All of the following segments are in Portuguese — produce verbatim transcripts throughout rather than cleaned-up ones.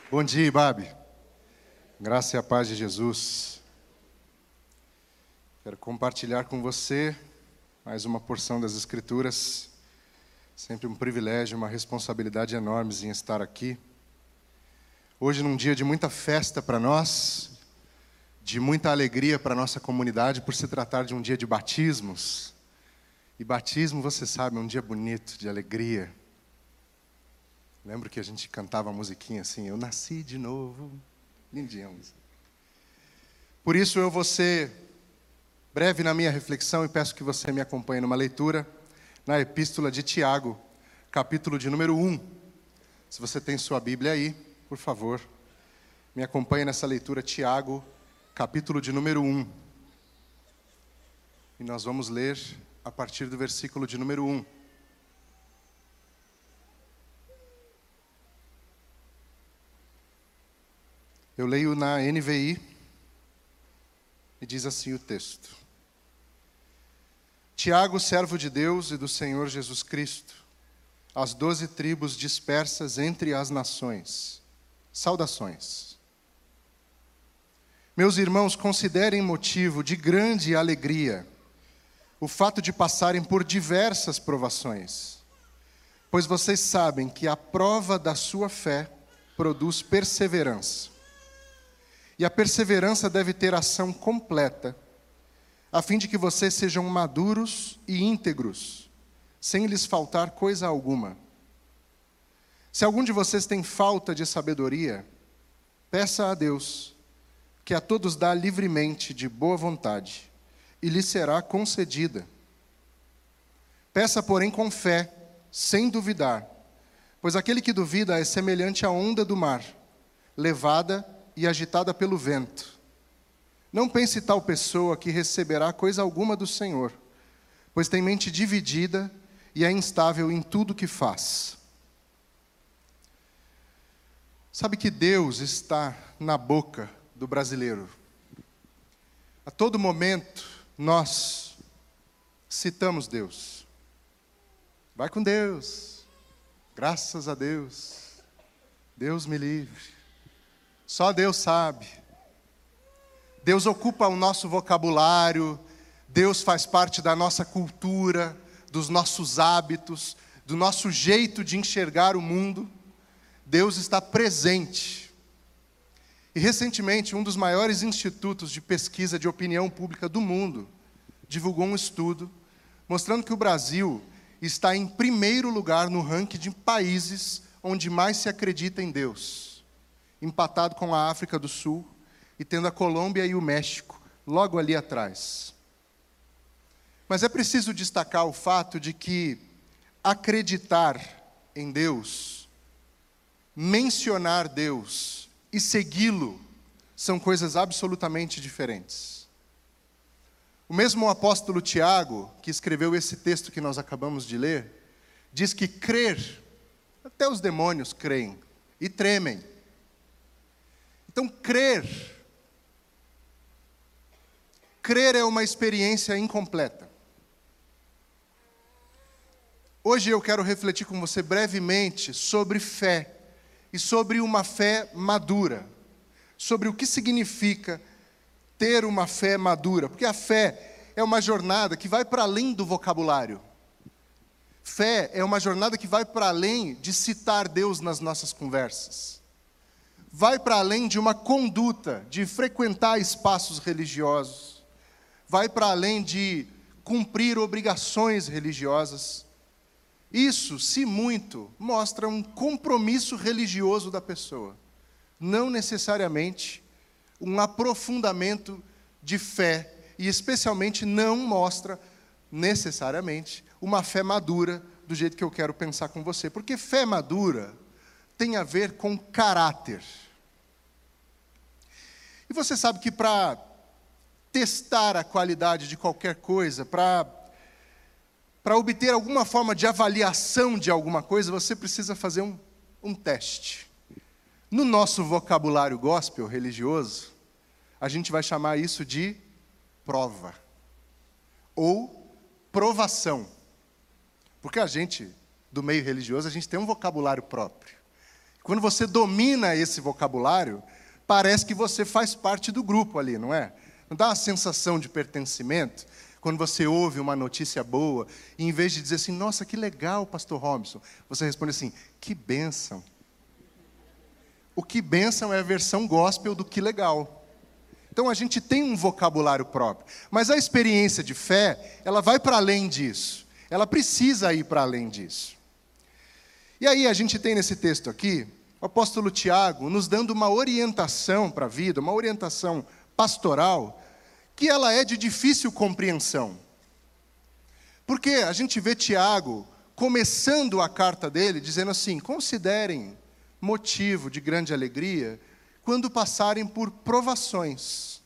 Bom dia, Ibabe. Graça e a paz de Jesus. Quero compartilhar com você mais uma porção das Escrituras. Sempre um privilégio, uma responsabilidade enorme em estar aqui. Hoje, num dia de muita festa para nós, de muita alegria para a nossa comunidade, por se tratar de um dia de batismos. E batismo, você sabe, é um dia bonito, de alegria. Lembro que a gente cantava a musiquinha assim, eu nasci de novo. Lindinha a música. Por isso eu vou ser breve na minha reflexão e peço que você me acompanhe numa leitura na Epístola de Tiago, capítulo de número um. Se você tem sua Bíblia aí, por favor, me acompanhe nessa leitura, Tiago, capítulo de número um. E nós vamos ler a partir do versículo de número um. Eu leio na N V I e diz assim o texto. Tiago, servo de Deus e do Senhor Jesus Cristo, as doze tribos dispersas entre as nações. Saudações. Meus irmãos, considerem motivo de grande alegria o fato de passarem por diversas provações, pois vocês sabem que a prova da sua fé produz perseverança. E a perseverança deve ter ação completa, a fim de que vocês sejam maduros e íntegros, sem lhes faltar coisa alguma. Se algum de vocês tem falta de sabedoria, peça a Deus, que a todos dá livremente, de boa vontade, e lhe será concedida. Peça, porém, com fé, sem duvidar, pois aquele que duvida é semelhante à onda do mar, levada e agitada pelo vento. Não pense tal pessoa que receberá coisa alguma do Senhor, pois tem mente dividida e é instável em tudo que faz. Sabe que Deus está na boca do brasileiro. A todo momento, nós citamos Deus. Vai com Deus. Graças a Deus. Deus me livre. Só Deus sabe. Deus ocupa o nosso vocabulário, Deus faz parte da nossa cultura, dos nossos hábitos, do nosso jeito de enxergar o mundo. Deus está presente. E recentemente, um dos maiores institutos de pesquisa de opinião pública do mundo divulgou um estudo mostrando que o Brasil está em primeiro lugar no ranking de países onde mais se acredita em Deus, empatado com a África do Sul e tendo a Colômbia e o México logo ali atrás. Mas é preciso destacar o fato de que acreditar em Deus, mencionar Deus e segui-lo são coisas absolutamente diferentes. O mesmo apóstolo Tiago, que escreveu esse texto que nós acabamos de ler, diz que crer, até os demônios creem e tremem. Então, crer, crer é uma experiência incompleta. Hoje eu quero refletir com você brevemente sobre fé, e sobre uma fé madura, sobre o que significa ter uma fé madura, porque a fé é uma jornada que vai para além do vocabulário. Fé é uma jornada que vai para além de citar Deus nas nossas conversas. Vai para além de uma conduta, de frequentar espaços religiosos. Vai para além de cumprir obrigações religiosas. Isso, se muito, mostra um compromisso religioso da pessoa. Não necessariamente um aprofundamento de fé. E especialmente não mostra, necessariamente, uma fé madura do jeito que eu quero pensar com você. Porque fé madura tem a ver com caráter. E você sabe que para testar a qualidade de qualquer coisa, para para obter alguma forma de avaliação de alguma coisa, você precisa fazer um, um teste. No nosso vocabulário gospel religioso, a gente vai chamar isso de prova ou provação. Porque a gente, do meio religioso, a gente tem um vocabulário próprio. Quando você domina esse vocabulário, parece que você faz parte do grupo ali, não é? Não dá uma sensação de pertencimento? Quando você ouve uma notícia boa, e em vez de dizer assim, nossa, que legal, pastor Robson, você responde assim, que bênção. O que bênção é a versão gospel do que legal. Então a gente tem um vocabulário próprio. Mas a experiência de fé, ela vai para além disso. Ela precisa ir para além disso. E aí a gente tem nesse texto aqui, o apóstolo Tiago nos dando uma orientação para a vida, uma orientação pastoral, que ela é de difícil compreensão. Porque a gente vê Tiago começando a carta dele, dizendo assim, considerem motivo de grande alegria quando passarem por provações.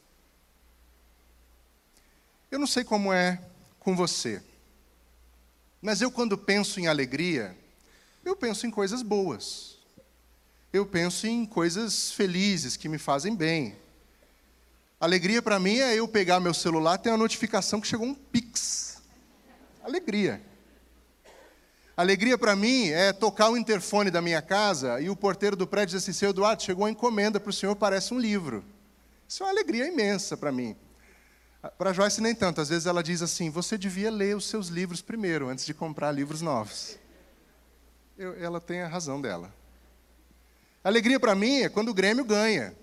Eu não sei como é com você, mas eu quando penso em alegria, eu penso em coisas boas. Eu penso em coisas felizes que me fazem bem. Alegria para mim é eu pegar meu celular e ter uma notificação que chegou um Pix. Alegria. Alegria para mim é tocar o interfone da minha casa e o porteiro do prédio diz assim, seu Eduardo, chegou uma encomenda para o senhor, parece um livro. Isso é uma alegria imensa para mim. Para a Joyce nem tanto, às vezes ela diz assim, você devia ler os seus livros primeiro, antes de comprar livros novos. Eu, ela tem a razão dela. Alegria para mim é quando o Grêmio ganha.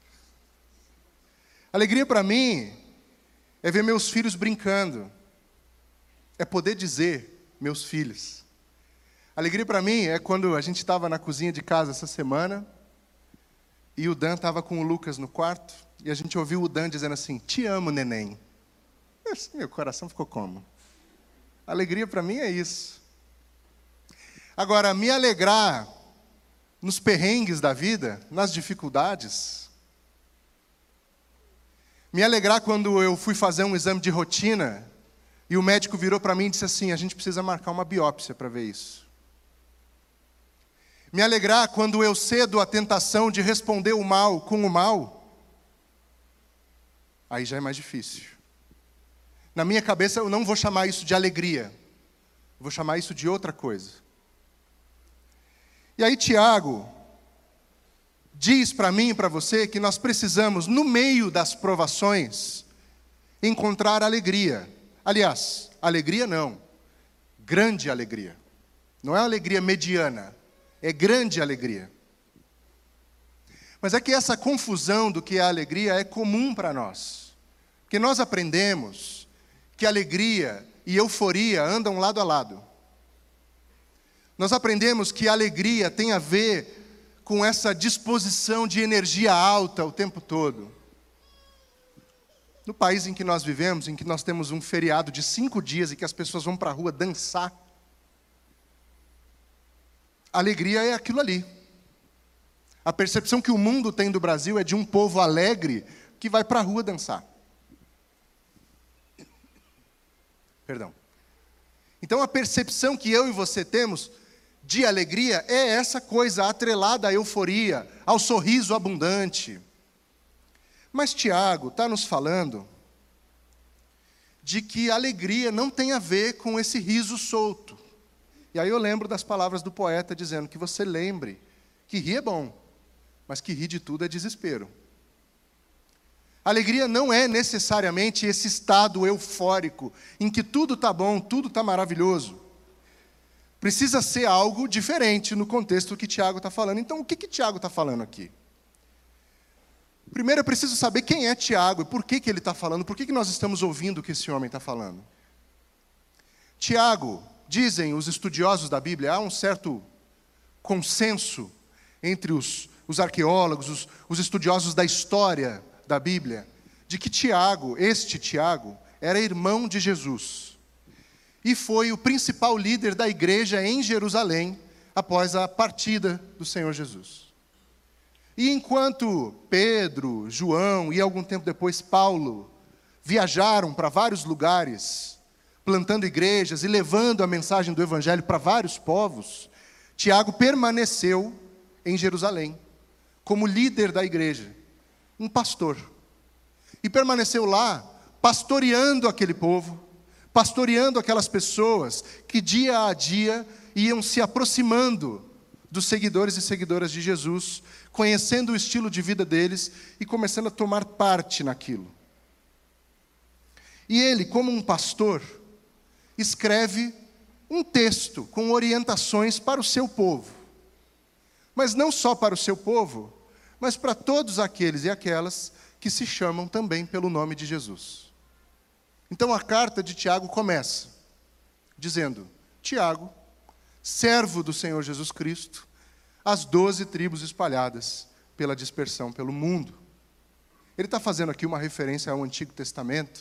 Alegria para mim é ver meus filhos brincando. É poder dizer, meus filhos. Alegria para mim é quando a gente estava na cozinha de casa essa semana e o Dan estava com o Lucas no quarto e a gente ouviu o Dan dizendo assim, te amo, neném. Meu coração ficou como? Alegria para mim é isso. Agora, me alegrar nos perrengues da vida, nas dificuldades, me alegrar quando eu fui fazer um exame de rotina e o médico virou para mim e disse assim, a gente precisa marcar uma biópsia para ver isso. Me alegrar quando eu cedo a tentação de responder o mal com o mal, aí já é mais difícil. Na minha cabeça eu não vou chamar isso de alegria, vou chamar isso de outra coisa. E aí Tiago diz para mim e para você que nós precisamos, no meio das provações, encontrar alegria. Aliás, alegria não, grande alegria. Não é alegria mediana, é grande alegria. Mas é que essa confusão do que é alegria é comum para nós. Porque nós aprendemos que alegria e euforia andam lado a lado. Nós aprendemos que alegria tem a ver com essa disposição de energia alta o tempo todo. No país em que nós vivemos, em que nós temos um feriado de cinco dias e que as pessoas vão para a rua dançar, alegria é aquilo ali. A percepção que o mundo tem do Brasil é de um povo alegre que vai para a rua dançar. Perdão. Então a percepção que eu e você temos de alegria é essa coisa atrelada à euforia, ao sorriso abundante. Mas Tiago está nos falando de que a alegria não tem a ver com esse riso solto. E aí eu lembro das palavras do poeta dizendo que você lembre que rir é bom, mas que rir de tudo é desespero. Alegria não é necessariamente esse estado eufórico, em que tudo está bom, tudo está maravilhoso. Precisa ser algo diferente no contexto que Tiago está falando. Então, o que, que Tiago está falando aqui? Primeiro, eu preciso saber quem é Tiago e por que, que ele está falando, por que, que nós estamos ouvindo o que esse homem está falando. Tiago, dizem os estudiosos da Bíblia, há um certo consenso entre os, os arqueólogos, os, os estudiosos da história da Bíblia, de que Tiago, este Tiago, era irmão de Jesus. E foi o principal líder da igreja em Jerusalém, após a partida do Senhor Jesus. E enquanto Pedro, João e algum tempo depois Paulo viajaram para vários lugares, plantando igrejas e levando a mensagem do Evangelho para vários povos, Tiago permaneceu em Jerusalém, como líder da igreja, um pastor. E permaneceu lá, pastoreando aquele povo, pastoreando aquelas pessoas que dia a dia iam se aproximando dos seguidores e seguidoras de Jesus, conhecendo o estilo de vida deles e começando a tomar parte naquilo. E ele, como um pastor, escreve um texto com orientações para o seu povo. Mas não só para o seu povo, mas para todos aqueles e aquelas que se chamam também pelo nome de Jesus. Então a carta de Tiago começa dizendo: Tiago, servo do Senhor Jesus Cristo, as doze tribos espalhadas pela dispersão pelo mundo. Ele está fazendo aqui uma referência ao Antigo Testamento.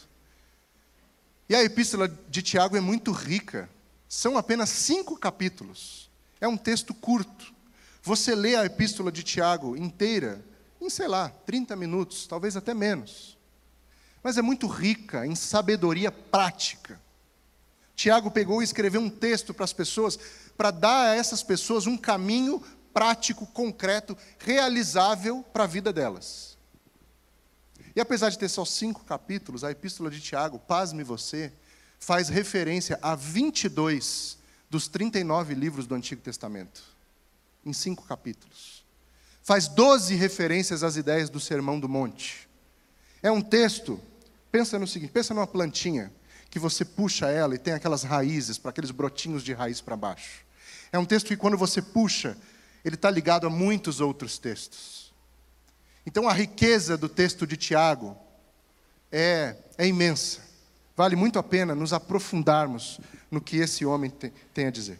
E a epístola de Tiago é muito rica. São apenas cinco capítulos. É um texto curto. Você lê a epístola de Tiago inteira em, sei lá, trinta minutos, talvez até menos. Mas é muito rica em sabedoria prática. Tiago pegou e escreveu um texto para as pessoas, para dar a essas pessoas um caminho prático, concreto, realizável para a vida delas. E apesar de ter só cinco capítulos, a epístola de Tiago, pasme você, faz referência a vinte e dois dos trinta e nove livros do Antigo Testamento, em cinco capítulos. Faz doze referências às ideias do Sermão do Monte. É um texto, pensa no seguinte, pensa numa plantinha, que você puxa ela e tem aquelas raízes, para aqueles brotinhos de raiz para baixo. É um texto que quando você puxa, ele está ligado a muitos outros textos. Então a riqueza do texto de Tiago é, é imensa. Vale muito a pena nos aprofundarmos no que esse homem tem, tem a dizer.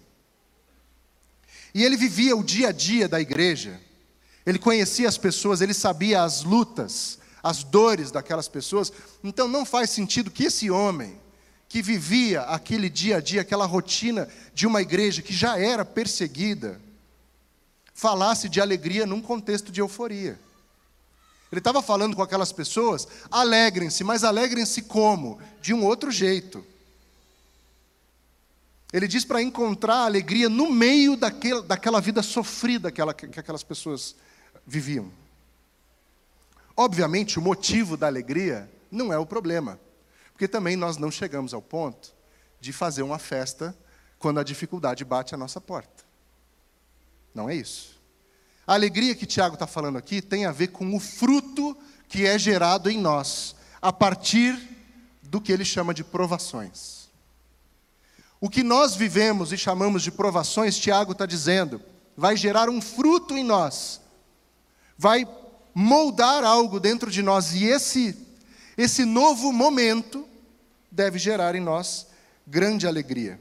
E ele vivia o dia a dia da igreja. Ele conhecia as pessoas, ele sabia as lutas, as dores daquelas pessoas. Então não faz sentido que esse homem, que vivia aquele dia a dia, aquela rotina de uma igreja que já era perseguida, falasse de alegria num contexto de euforia. Ele estava falando com aquelas pessoas: alegrem-se, mas alegrem-se como? De um outro jeito. Ele diz para encontrar alegria no meio daquele, daquela vida sofrida que, ela, que aquelas pessoas viviam. Obviamente, o motivo da alegria não é o problema, porque também nós não chegamos ao ponto de fazer uma festa quando a dificuldade bate à nossa porta. Não é isso. A alegria que Tiago está falando aqui tem a ver com o fruto que é gerado em nós, a partir do que ele chama de provações. O que nós vivemos e chamamos de provações, Tiago está dizendo, vai gerar um fruto em nós, vai moldar algo dentro de nós, e esse, esse novo momento deve gerar em nós grande alegria.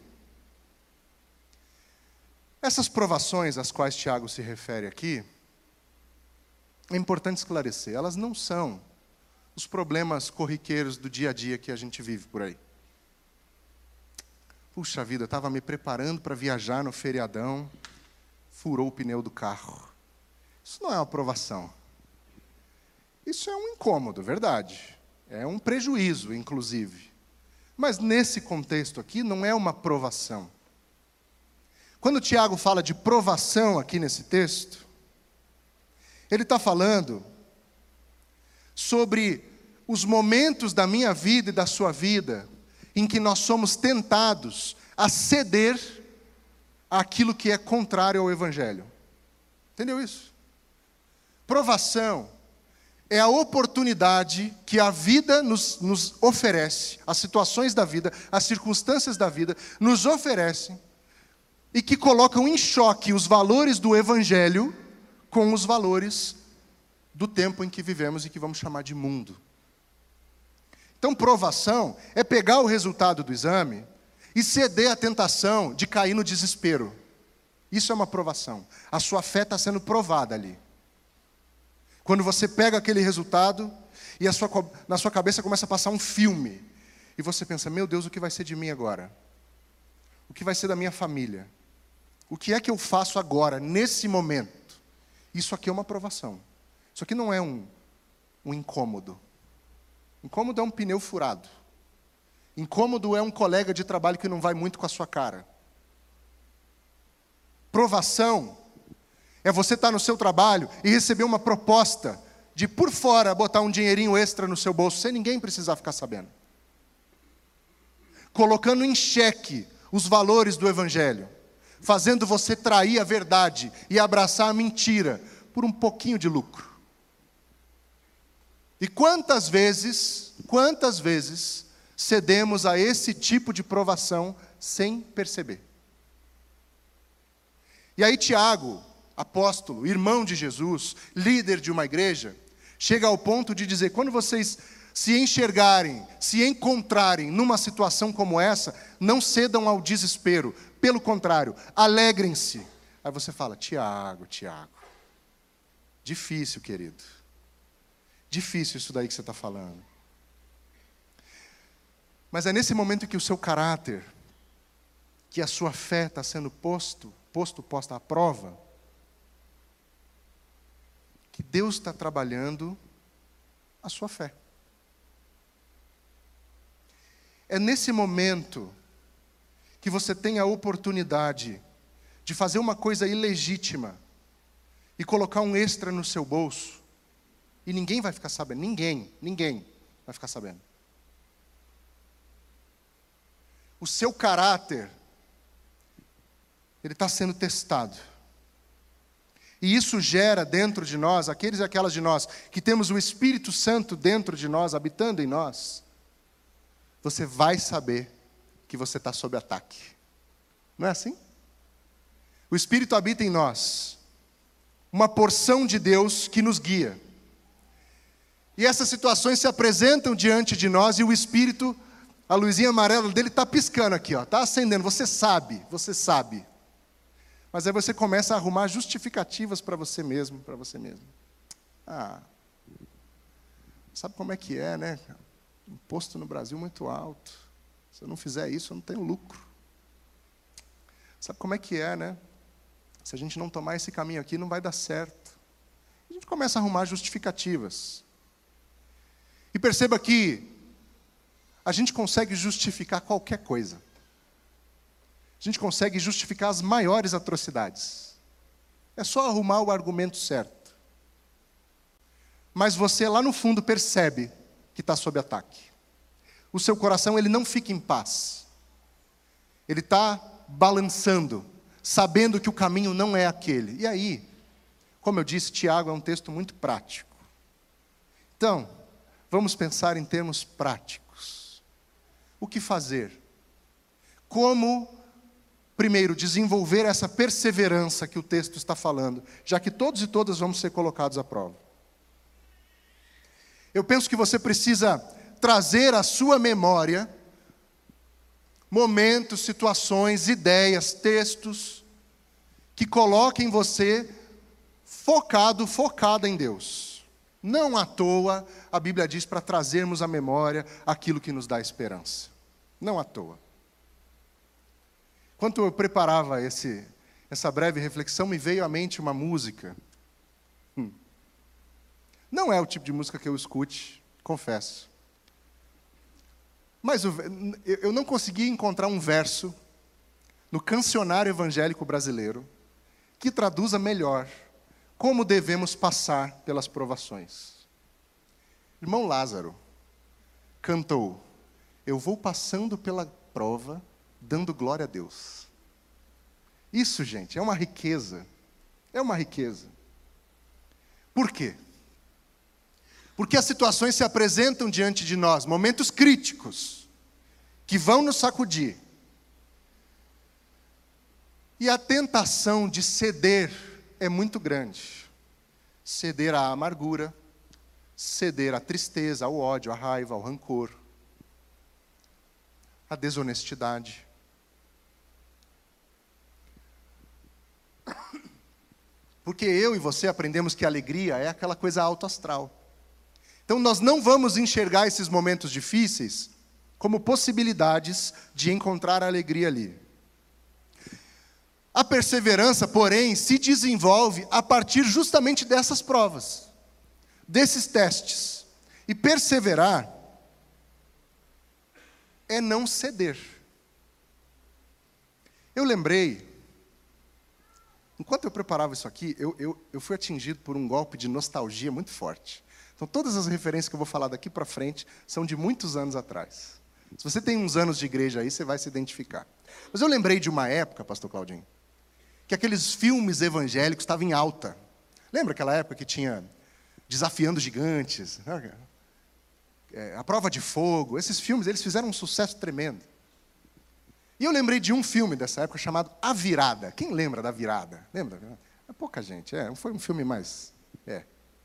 Essas provações às quais Tiago se refere aqui, é importante esclarecer, elas não são os problemas corriqueiros do dia a dia que a gente vive por aí. Puxa vida, eu estava me preparando para viajar no feriadão, furou o pneu do carro. Isso não é uma provação. Isso é um incômodo, verdade. É um prejuízo, inclusive. Mas nesse contexto aqui, não é uma provação. Quando o Tiago fala de provação aqui nesse texto, ele está falando sobre os momentos da minha vida e da sua vida em que nós somos tentados a ceder àquilo que é contrário ao Evangelho. Entendeu isso? Provação é a oportunidade que a vida nos, nos oferece, as situações da vida, as circunstâncias da vida nos oferecem, e que colocam em choque os valores do Evangelho com os valores do tempo em que vivemos e que vamos chamar de mundo. Então, provação é pegar o resultado do exame e ceder à tentação de cair no desespero. Isso é uma provação. A sua fé está sendo provada ali. Quando você pega aquele resultado e a sua, na sua cabeça começa a passar um filme, e você pensa: meu Deus, o que vai ser de mim agora? O que vai ser da minha família? O que é que eu faço agora, nesse momento? Isso aqui é uma provação. Isso aqui não é um, um incômodo. Incômodo é um pneu furado. Incômodo é um colega de trabalho que não vai muito com a sua cara. Provação é você estar no seu trabalho e receber uma proposta de, por fora, botar um dinheirinho extra no seu bolso, sem ninguém precisar ficar sabendo. Colocando em xeque os valores do Evangelho. fazendo você trair a verdade e abraçar a mentira por um pouquinho de lucro. E quantas vezes, quantas vezes cedemos a esse tipo de provação sem perceber? E aí Tiago, apóstolo, irmão de Jesus, líder de uma igreja, chega ao ponto de dizer: quando vocês se enxergarem, se encontrarem numa situação como essa, não cedam ao desespero. Pelo contrário, alegrem-se. Aí você fala: Tiago, Tiago, difícil, querido. Difícil isso daí que você está falando. Mas é nesse momento que o seu caráter, que a sua fé está sendo posto, posto, posta à prova, que Deus está trabalhando a sua fé. É nesse momento que você tem a oportunidade de fazer uma coisa ilegítima e colocar um extra no seu bolso, e ninguém vai ficar sabendo, ninguém, ninguém vai ficar sabendo. O seu caráter, ele está sendo testado. E isso gera dentro de nós, aqueles e aquelas de nós, que temos o Espírito Santo dentro de nós, habitando em nós, você vai saber que você está sob ataque. Não é assim? O Espírito habita em nós, uma porção de Deus que nos guia. E essas situações se apresentam diante de nós e o Espírito, a luzinha amarela dele está piscando aqui, está acendendo. Você sabe, você sabe. Mas aí você começa a arrumar justificativas para você mesmo, para você mesmo. Ah, sabe como é que é, né? Imposto no Brasil muito alto. Se eu não fizer isso, eu não tenho lucro. Sabe como é que é, né? Se a gente não tomar esse caminho aqui, não vai dar certo. A gente começa a arrumar justificativas. E perceba que a gente consegue justificar qualquer coisa. A gente consegue justificar as maiores atrocidades. É só arrumar o argumento certo. Mas você lá no fundo percebe que está sob ataque. O seu coração, ele não fica em paz. Ele está balançando, sabendo que o caminho não é aquele. E aí, como eu disse, Tiago é um texto muito prático. Então, vamos pensar em termos práticos. O que fazer? Como, primeiro, desenvolver essa perseverança que o texto está falando, já que todos e todas vamos ser colocados à prova. Eu penso que você precisa trazer à sua memória momentos, situações, ideias, textos que coloquem você focado, focada em Deus. Não à toa a Bíblia diz para trazermos à memória aquilo que nos dá esperança. Não à toa. Enquanto eu preparava esse, essa breve reflexão, me veio à mente uma música. Hum. Não é o tipo de música que eu escute, confesso. Mas eu não consegui encontrar um verso no cancionário evangélico brasileiro que traduza melhor como devemos passar pelas provações. Irmão Lázaro cantou: eu vou passando pela prova, dando glória a Deus. Isso, gente, é uma riqueza. É uma riqueza. Por quê? Porque as situações se apresentam diante de nós, momentos críticos, que vão nos sacudir. E a tentação de ceder é muito grande. Ceder à amargura, ceder à tristeza, ao ódio, à raiva, ao rancor, à desonestidade. Porque eu e você aprendemos que a alegria é aquela coisa autoastral. Então nós não vamos enxergar esses momentos difíceis como possibilidades de encontrar a alegria ali. A perseverança, porém, se desenvolve a partir justamente dessas provas, desses testes. E perseverar é não ceder. Eu lembrei, enquanto eu preparava isso aqui, eu, eu, eu fui atingido por um golpe de nostalgia muito forte. Então, todas as referências que eu vou falar daqui para frente são de muitos anos atrás. Se você tem uns anos de igreja aí, você vai se identificar. Mas eu lembrei de uma época, pastor Claudinho, que aqueles filmes evangélicos estavam em alta. Lembra aquela época que tinha Desafiando Gigantes, é, A Prova de Fogo? Esses filmes, eles fizeram um sucesso tremendo. E eu lembrei de um filme dessa época chamado A Virada. Quem lembra da Virada? Lembra? É pouca gente, é, foi um filme mais... É.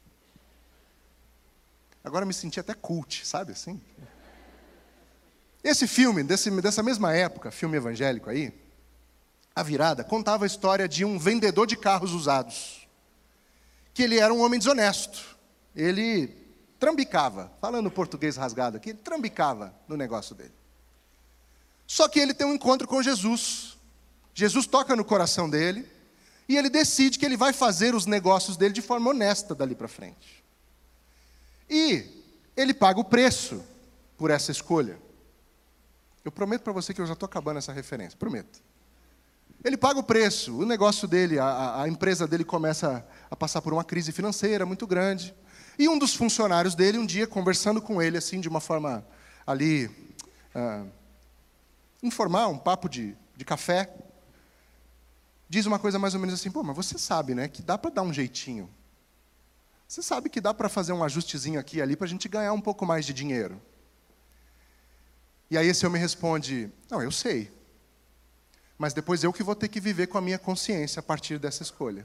Agora eu me senti até cult, sabe assim? Esse filme, desse, dessa mesma época, filme evangélico aí, A Virada, contava a história de um vendedor de carros usados. Que ele era um homem desonesto. Ele trambicava, falando português rasgado aqui, ele trambicava no negócio dele. Só que ele tem um encontro com Jesus. Jesus toca no coração dele e ele decide que ele vai fazer os negócios dele de forma honesta dali para frente. E ele paga o preço por essa escolha. Eu prometo para você que eu já estou acabando essa referência, prometo. Ele paga o preço, o negócio dele, a, a empresa dele começa a passar por uma crise financeira muito grande. E um dos funcionários dele, um dia, conversando com ele, assim, de uma forma ali... Ah, informal, um papo de, de café, diz uma coisa mais ou menos assim, pô, mas você sabe, né, que dá para dar um jeitinho. Você sabe que dá para fazer um ajustezinho aqui e ali para a gente ganhar um pouco mais de dinheiro. E aí esse homem responde, não, eu sei. Mas depois eu que vou ter que viver com a minha consciência a partir dessa escolha.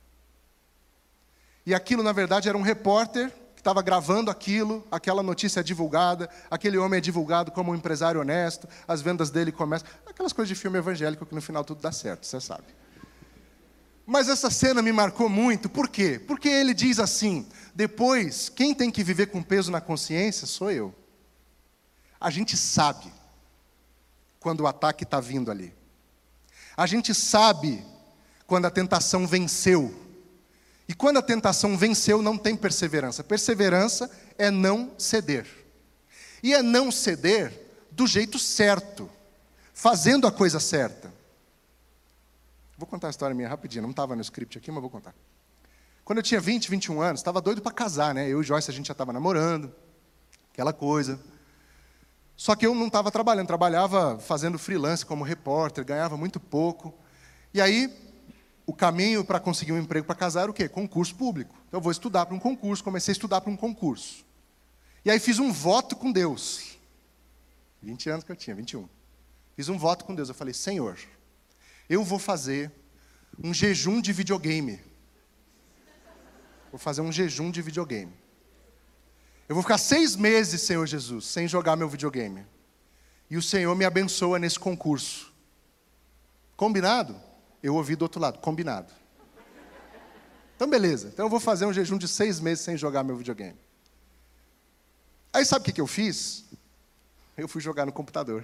E aquilo, na verdade, era um repórter que estava gravando aquilo, aquela notícia é divulgada, aquele homem é divulgado como um empresário honesto, as vendas dele começam... Aquelas coisas de filme evangélico que no final tudo dá certo, você sabe. Mas essa cena me marcou muito, por quê? Porque ele diz assim, depois, quem tem que viver com peso na consciência sou eu. A gente sabe quando o ataque está vindo ali. A gente sabe quando a tentação venceu. E quando a tentação venceu, não tem perseverança. Perseverança é não ceder. E é não ceder do jeito certo, fazendo a coisa certa. Vou contar a história minha rapidinho, não estava no script aqui, mas vou contar. Quando eu tinha vinte, vinte e um anos, estava doido para casar, né? Eu e Joyce, a gente já estava namorando, aquela coisa. Só que eu não estava trabalhando, trabalhava fazendo freelance como repórter, ganhava muito pouco. E aí... O caminho para conseguir um emprego para casar era o quê? Concurso público. Então eu vou estudar para um concurso, comecei a estudar para um concurso. E aí fiz um voto com Deus. vinte anos que eu tinha, vinte e um. Fiz um voto com Deus, eu falei, Senhor, eu vou fazer um jejum de videogame. Vou fazer um jejum de videogame. Eu vou ficar seis meses, Senhor Jesus, sem jogar meu videogame. E o Senhor me abençoa nesse concurso. Combinado? Eu ouvi do outro lado, combinado. Então, beleza. Então, eu vou fazer um jejum de seis meses sem jogar meu videogame. Aí, sabe o que, que eu fiz? Eu fui jogar no computador.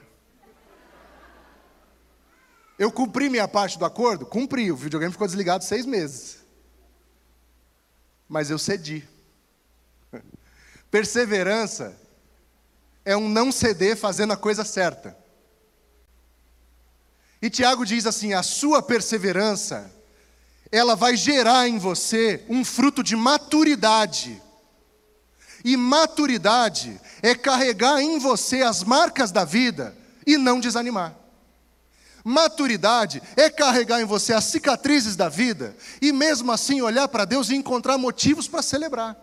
Eu cumpri minha parte do acordo? Cumpri. O videogame ficou desligado seis meses. Mas eu cedi. Perseverança é um não ceder fazendo a coisa certa. E Tiago diz assim, a sua perseverança, ela vai gerar em você um fruto de maturidade. E maturidade é carregar em você as marcas da vida e não desanimar. Maturidade é carregar em você as cicatrizes da vida e mesmo assim olhar para Deus e encontrar motivos para celebrar.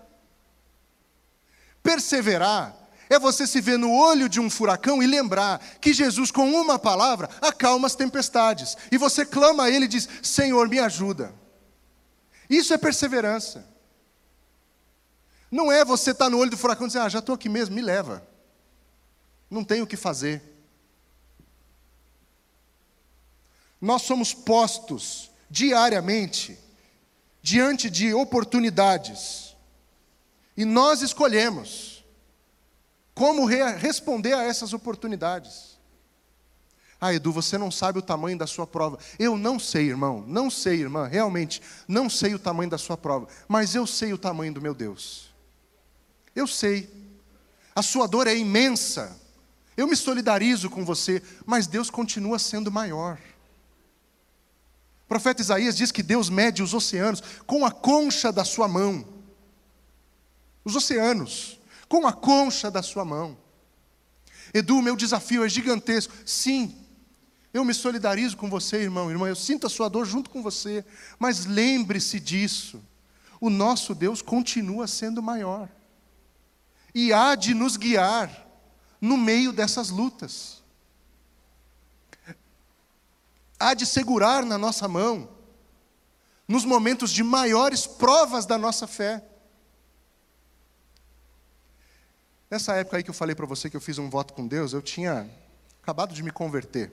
Perseverar é você se ver no olho de um furacão e lembrar que Jesus, com uma palavra, acalma as tempestades. E você clama a Ele e diz, Senhor, me ajuda. Isso é perseverança. Não é você estar no olho do furacão e dizer, ah, já estou aqui mesmo, me leva. Não tenho o que fazer. Nós somos postos diariamente diante de oportunidades. E nós escolhemos como re- responder a essas oportunidades. Ah, Edu, você não sabe o tamanho da sua prova. Eu não sei, irmão, não sei, irmã, realmente, não sei o tamanho da sua prova, mas eu sei o tamanho do meu Deus. Eu sei. A sua dor é imensa. Eu me solidarizo com você, mas Deus continua sendo maior. O profeta Isaías diz que Deus mede os oceanos com a concha da sua mão. Os oceanos, com a concha da sua mão. Edu, meu desafio é gigantesco. Sim, Eu me solidarizo com você, irmão, irmã, eu sinto a sua dor junto com você, mas lembre-se disso, o nosso Deus continua sendo maior, e há de nos guiar no meio dessas lutas, há de segurar na nossa mão, nos momentos de maiores provas da nossa fé. Nessa época aí que eu falei para você que eu fiz um voto com Deus, eu tinha acabado de me converter.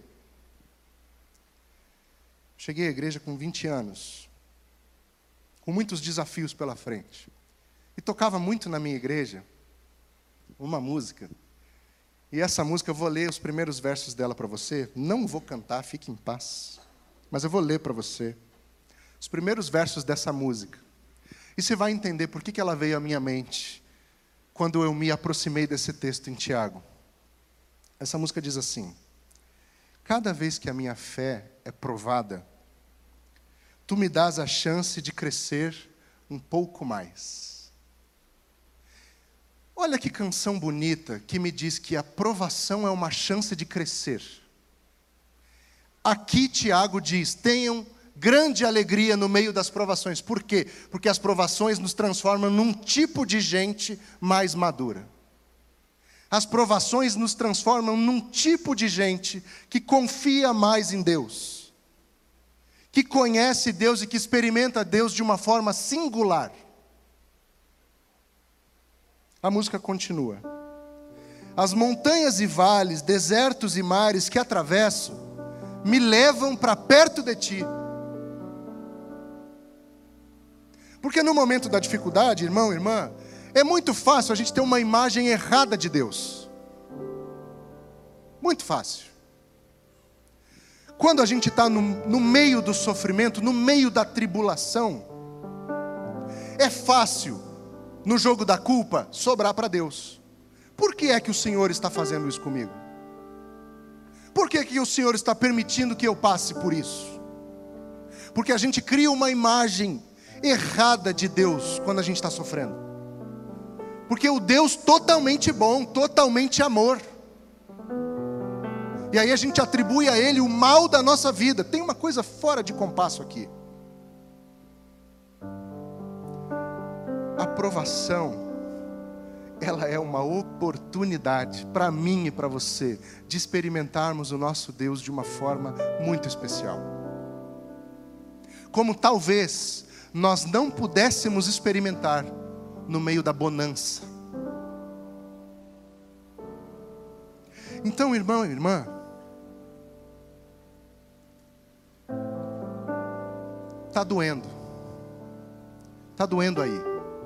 Cheguei à igreja com vinte anos, com muitos desafios pela frente. E tocava muito na minha igreja uma música. E essa música, eu vou ler os primeiros versos dela para você. Não vou cantar, fique em paz. Mas eu vou ler para você os primeiros versos dessa música. E você vai entender por que que ela veio à minha mente quando eu me aproximei desse texto em Tiago. Essa música diz assim: cada vez que a minha fé é provada, tu me dás a chance de crescer um pouco mais. Olha que canção bonita que me diz que a provação é uma chance de crescer. Aqui Tiago diz: tenham grande alegria no meio das provações. Por quê? Porque as provações nos transformam num tipo de gente mais madura. As provações nos transformam num tipo de gente que confia mais em Deus, que conhece Deus e que experimenta Deus de uma forma singular. A música continua: as montanhas e vales, desertos e mares que atravesso, me levam para perto de ti. Porque no momento da dificuldade, irmão, irmã, é muito fácil a gente ter uma imagem errada de Deus. Muito fácil. Quando a gente está no, no meio do sofrimento, no meio da tribulação, é fácil, no jogo da culpa, sobrar para Deus. Por que é que o Senhor está fazendo isso comigo? Por que é que o Senhor está permitindo que eu passe por isso? Porque a gente cria uma imagem errada de Deus quando a gente está sofrendo. Porque o Deus totalmente bom, totalmente amor, e aí a gente atribui a Ele o mal da nossa vida. Tem uma coisa fora de compasso aqui. A provação, ela é uma oportunidade para mim e para você de experimentarmos o nosso Deus de uma forma muito especial, como talvez nós não pudéssemos experimentar no meio da bonança. Então, irmão e irmã, está doendo, está doendo aí.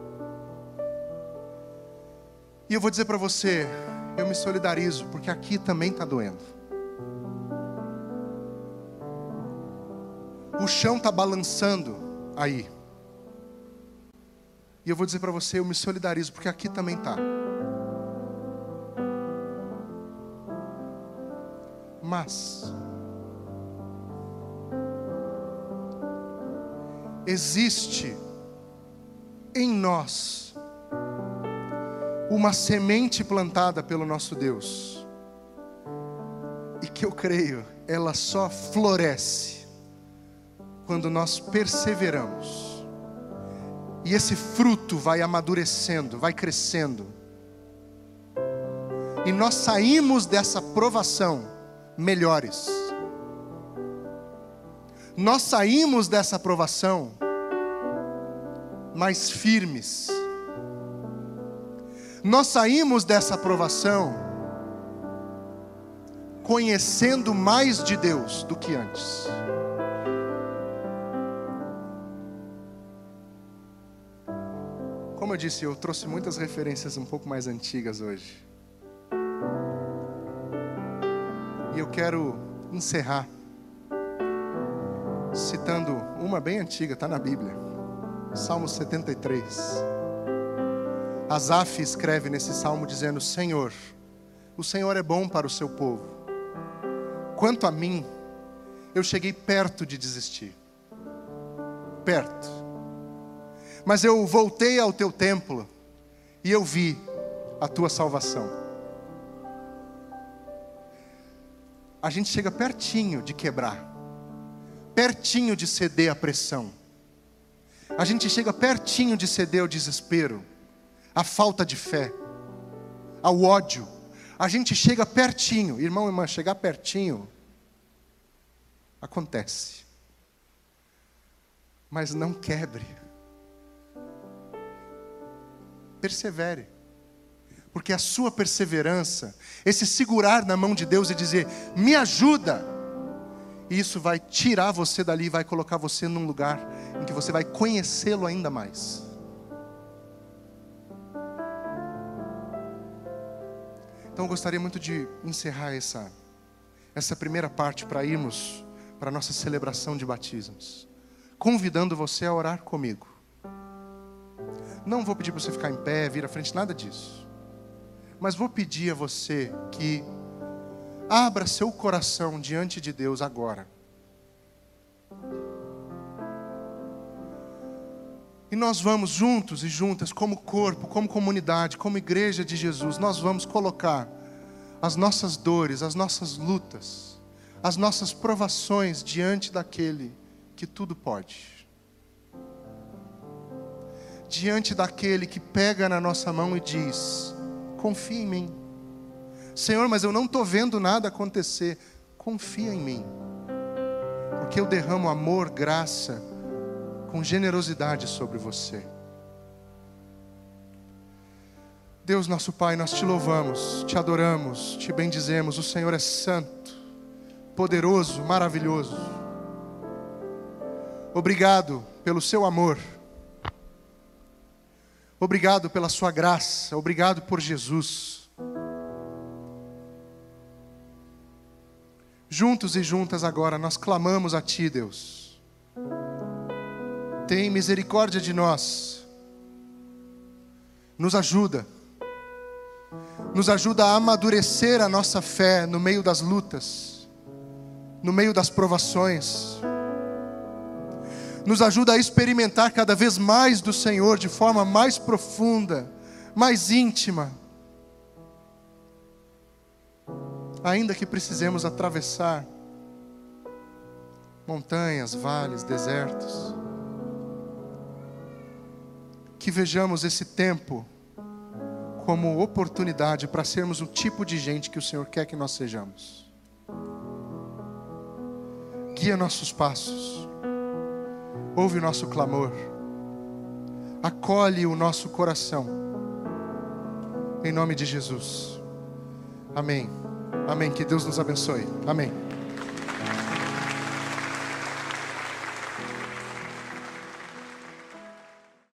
E eu vou dizer para você, eu me solidarizo, porque aqui também está doendo. O chão está balançando aí. E eu vou dizer para você, eu me solidarizo, porque aqui também está. Mas existe em nós uma semente plantada pelo nosso Deus, e que eu creio, ela só floresce quando nós perseveramos. E esse fruto vai amadurecendo, vai crescendo. E nós saímos dessa provação melhores. Nós saímos dessa provação mais firmes. Nós saímos dessa provação conhecendo mais de Deus do que antes. Como eu disse, eu trouxe muitas referências um pouco mais antigas hoje. E eu quero encerrar citando uma bem antiga, está na Bíblia, Salmo setenta e três. Asaf escreve nesse salmo dizendo: Senhor, o Senhor é bom para o seu povo. Quanto a mim, eu cheguei perto de desistir. Perto. Mas eu voltei ao teu templo e eu vi a tua salvação. a gente chega pertinho de quebrar, pertinho de ceder à pressão. A gente chega pertinho de ceder ao desespero, à falta de fé, ao ódio. A gente chega pertinho, irmão e irmã, chegar pertinho acontece. Mas não quebre. Persevere. Porque a sua perseverança, esse segurar na mão de Deus e dizer, me ajuda, isso vai tirar você dali, vai colocar você num lugar em que você vai conhecê-lo ainda mais. Então eu gostaria muito de encerrar essa, essa primeira parte para irmos para a nossa celebração de batismos, convidando você a orar comigo. Não vou pedir para você ficar em pé, vir à frente, nada disso. Mas vou pedir a você que abra seu coração diante de Deus agora. E nós vamos juntos e juntas, como corpo, como comunidade, como igreja de Jesus, nós vamos colocar as nossas dores, as nossas lutas, as nossas provações diante daquele que tudo pode. Diante daquele que pega na nossa mão e diz, confia em mim. Senhor, mas eu não estou vendo nada acontecer. Confia em mim. Porque eu derramo amor, graça, com generosidade sobre você. Deus nosso Pai, nós te louvamos, te adoramos, te bendizemos. O Senhor é santo, poderoso, maravilhoso. Obrigado pelo seu amor. Obrigado pela sua graça. Obrigado por Jesus. Juntos e juntas agora nós clamamos a Ti, Deus. Tem misericórdia de nós. Nos ajuda. Nos ajuda a amadurecer a nossa fé no meio das lutas, no meio das provações. Nos ajuda a experimentar cada vez mais do Senhor de forma mais profunda, mais íntima. Ainda que precisemos atravessar montanhas, vales, desertos. Que vejamos esse tempo como oportunidade para sermos o tipo de gente que o Senhor quer que nós sejamos. Guia nossos passos. Ouve o nosso clamor. Acolhe o nosso coração. Em nome de Jesus. Amém. Amém. Que Deus nos abençoe. Amém.